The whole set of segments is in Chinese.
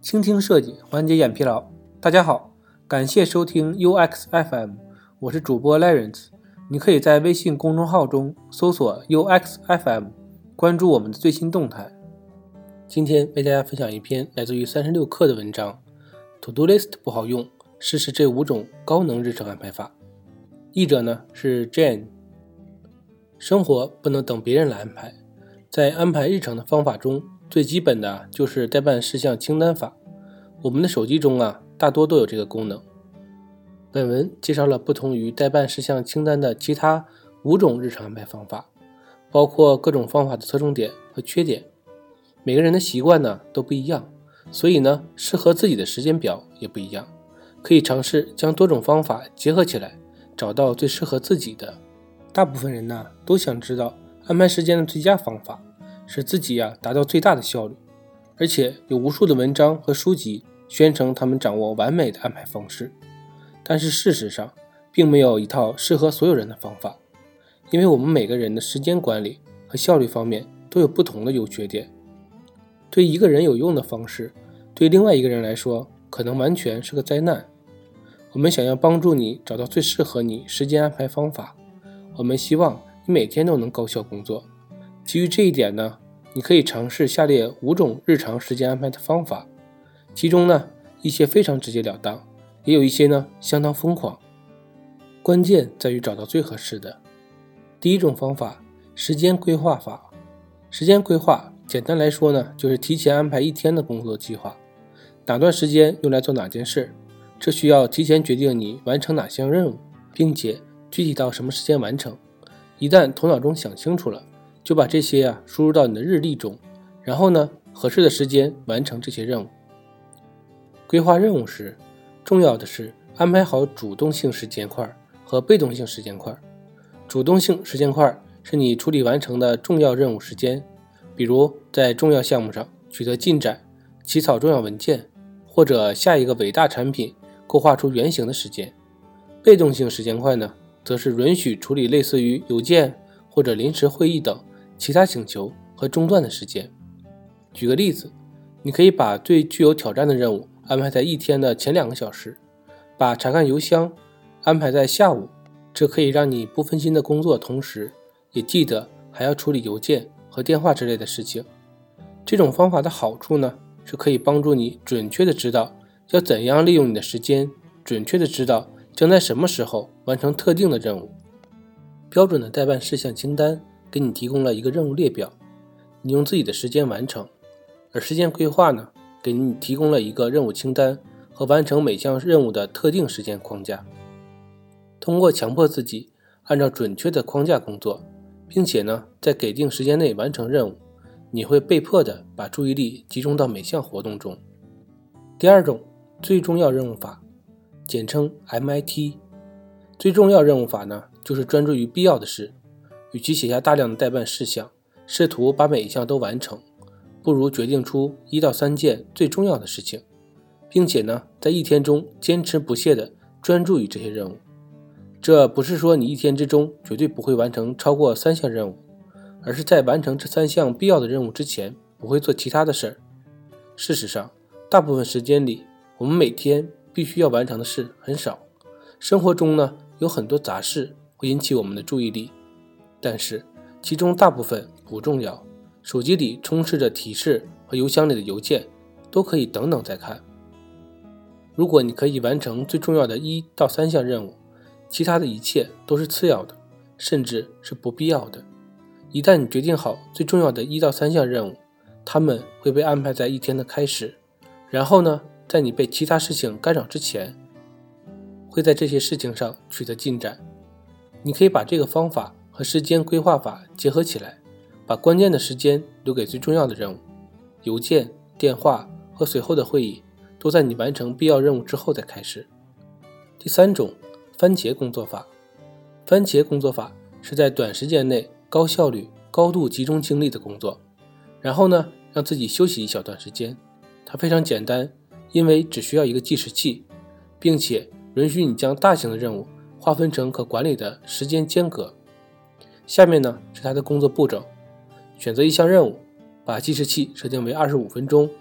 倾听设计，缓解眼疲劳。大家好，感谢收听 UX FM， 我是主播 Lawrence。你可以在微信公众号中搜索 UX FM， 关注我们的最新动态。今天为大家分享一篇来自于36课的文章 To Do List 不好用，试试这5种高能日程安排法。译者呢是 Jane。 生活不能等别人来安排，在安排日程的方法中，最基本的就是待办事项清单法。我们的手机中大多都有这个功能。本文介绍了不同于待办事项清单的其他5种日程安排方法，包括各种方法的侧重点和缺点。每个人的习惯都不一样，所以适合自己的时间表也不一样。可以尝试将多种方法结合起来，找到最适合自己的。大部分人都想知道安排时间的最佳方法，使自己达到最大的效率。而且有无数的文章和书籍宣称他们掌握完美的安排方式，但是事实上并没有一套适合所有人的方法，因为我们每个人的时间管理和效率方面都有不同的优缺点。对一个人有用的方式，对另外一个人来说可能完全是个灾难。我们想要帮助你找到最适合你时间安排方法，我们希望你每天都能高效工作。基于这一点你可以尝试下列5种日常时间安排的方法，其中一些非常直截了当，也有一些相当疯狂。关键在于找到最合适的。第一种方法，时间规划法。时间规划简单来说就是提前安排一天的工作计划，哪段时间用来做哪件事，这需要提前决定你完成哪项任务，并且具体到什么时间完成。一旦头脑中想清楚了，就把这些输入到你的日历中，然后合适的时间完成这些任务。规划任务时，重要的是安排好主动性时间块和被动性时间块。主动性时间块是你处理完成的重要任务时间，比如在重要项目上取得进展、起草重要文件，或者下一个伟大产品构画出原型的时间。被动性时间块则是允许处理类似于邮件或者临时会议等其他请求和中断的时间。举个例子，你可以把最具有挑战的任务安排在一天的前2个小时，把查看邮箱安排在下午，这可以让你不分心的工作，同时也记得还要处理邮件和电话之类的事情。这种方法的好处是可以帮助你准确地知道要怎样利用你的时间，准确地知道将在什么时候完成特定的任务。标准的待办事项清单给你提供了一个任务列表，你用自己的时间完成。而时间规划给你提供了一个任务清单和完成每项任务的特定时间框架。通过强迫自己按照准确的框架工作，并且在给定时间内完成任务，你会被迫地把注意力集中到每项活动中。第2种，最重要任务法，简称 MIT。 最重要任务法就是专注于必要的事。与其写下大量的待办事项，试图把每一项都完成，不如决定出1到3件最重要的事情，并且在一天中坚持不懈地专注于这些任务。这不是说你一天之中绝对不会完成超过3项任务，而是在完成这3项必要的任务之前不会做其他的事儿。事实上，大部分时间里我们每天必须要完成的事很少，生活中有很多杂事会引起我们的注意力，但是其中大部分不重要，手机里充斥着提示和邮箱里的邮件都可以等等再看。如果你可以完成最重要的1到3项任务，其他的一切都是次要的，甚至是不必要的。一旦你决定好最重要的1到3项任务，它们会被安排在一天的开始，然后在你被其他事情干扰之前，会在这些事情上取得进展。你可以把这个方法和时间规划法结合起来，把关键的时间留给最重要的任务。邮件、电话和随后的会议都在你完成必要任务之后再开始。第3种，番茄工作法。番茄工作法是在短时间内高效率、高度集中精力的工作，然后让自己休息一小段时间。它非常简单，因为只需要一个计时器，并且允许你将大型的任务划分成可管理的时间间隔。下面是它的工作步骤。选择一项任务，把计时器设定为25分钟，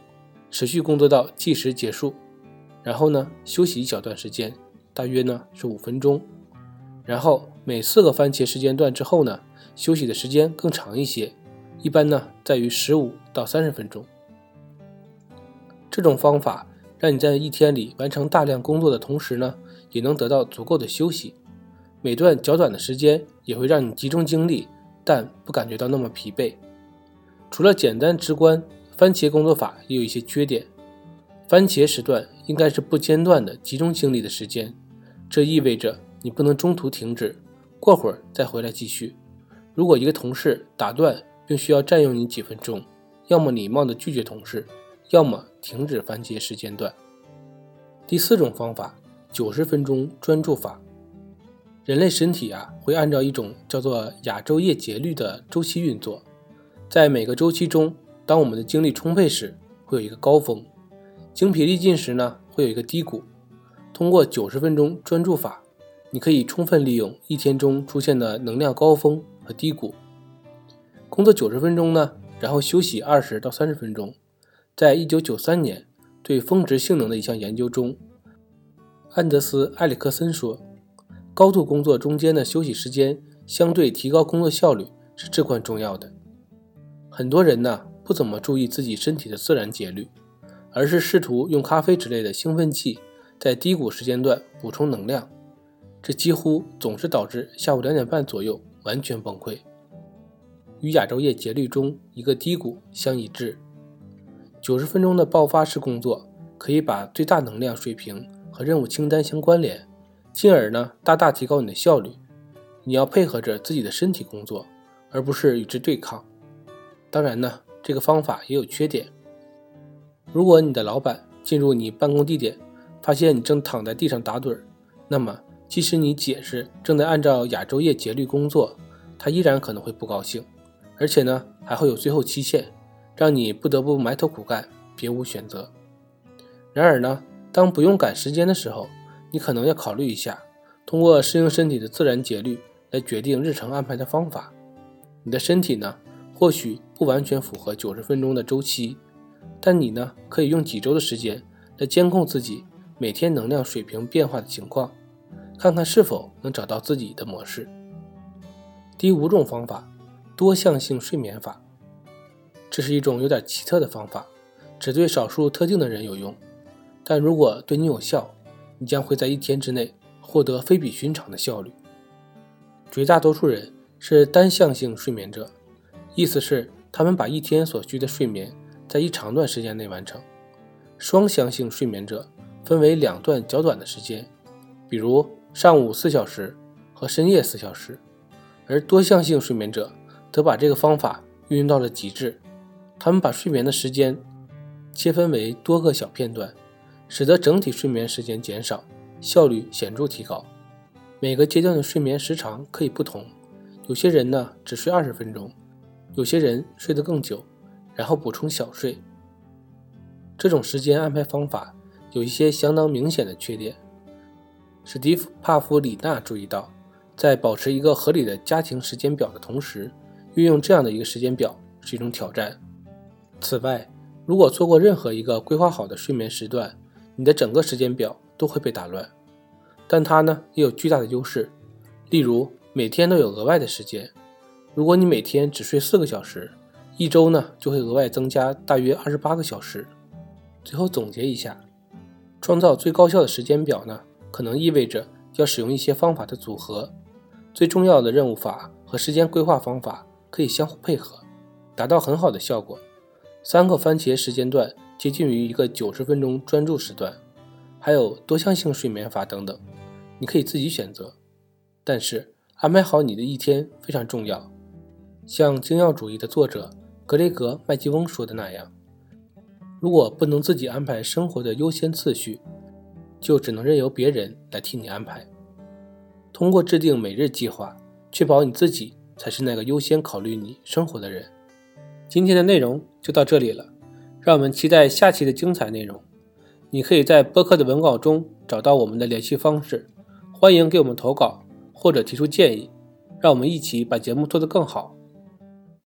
持续工作到计时结束，然后呢休息一小段时间，大约呢是5分钟，然后每4个番茄时间段之后呢，休息的时间更长一些，一般呢在于15到30分钟。这种方法让你在一天里完成大量工作的同时呢，也能得到足够的休息。每段较短的时间也会让你集中精力，但不感觉到那么疲惫。除了简单直观，番茄工作法也有一些缺点。番茄时段应该是不间断的集中精力的时间，这意味着你不能中途停止，过会儿再回来继续。如果一个同事打断并需要占用你几分钟，要么礼貌地拒绝同事，要么停止番茄时间段。第4种方法，90分钟专注法。人类身体会按照一种叫做亚洲夜节律的周期运作，在每个周期中，当我们的精力充沛时，会有一个高峰，精疲力尽时呢，会有一个低谷。通过90分钟专注法，你可以充分利用一天中出现的能量高峰和低谷。工作90分钟呢，然后休息20到30分钟。在1993年对峰值性能的一项研究中，安德斯·埃里克森说，高度工作中间的休息时间相对提高工作效率是至关重要的。很多人呢不怎么注意自己身体的自然节律，而是试图用咖啡之类的兴奋剂在低谷时间段补充能量，这几乎总是导致下午2点半左右完全崩溃，与亚洲夜节律中一个低谷相一致。90分钟的爆发式工作可以把最大能量水平和任务清单相关联，进而呢大大提高你的效率。你要配合着自己的身体工作，而不是与之对抗。当然呢，这个方法也有缺点。如果你的老板进入你办公地点，发现你正躺在地上打盹，那么即使你解释正在按照亚洲夜节律工作，他依然可能会不高兴，而且呢还会有最后期限，让你不得不埋头苦干，别无选择。然而呢，当不用赶时间的时候，你可能要考虑一下，通过适应身体的自然节律来决定日程安排的方法。你的身体呢，或许不完全符合90分钟的周期，但你呢，可以用几周的时间来监控自己每天能量水平变化的情况，看看是否能找到自己的模式。第5种方法，多项性睡眠法。这是一种有点奇特的方法，只对少数特定的人有用，但如果对你有效，你将会在1天之内获得非比寻常的效率。绝大多数人是单向性睡眠者，意思是他们把1天所需的睡眠在一长段时间内完成。双向性睡眠者分为2段较短的时间，比如上午4小时和深夜4小时，而多项性睡眠者则把这个方法运用到了极致。他们把睡眠的时间切分为多个小片段，使得整体睡眠时间减少，效率显著提高。每个阶段的睡眠时长可以不同，有些人呢只睡20分钟，有些人睡得更久，然后补充小睡。这种时间安排方法有一些相当明显的缺点。史蒂夫·帕夫里纳注意到，在保持一个合理的家庭时间表的同时，运用这样的一个时间表是一种挑战。此外，如果错过任何一个规划好的睡眠时段，你的整个时间表都会被打乱。但它呢也有巨大的优势，例如每天都有额外的时间。如果你每天只睡4个小时，一周呢就会额外增加大约28个小时。最后总结一下，创造最高效的时间表呢，可能意味着要使用一些方法的组合。最重要的任务法和时间规划方法可以相互配合，达到很好的效果。3个番茄时间段接近于一个90分钟专注时段，还有多项性睡眠法等等，你可以自己选择。但是安排好你的一天非常重要，像精要主义的作者格雷格·麦基翁说的那样，如果不能自己安排生活的优先次序，就只能任由别人来替你安排。通过制定每日计划，确保你自己才是那个优先考虑你生活的人。今天的内容就到这里了，让我们期待下期的精彩内容。你可以在播客的文稿中找到我们的联系方式，欢迎给我们投稿或者提出建议，让我们一起把节目做得更好。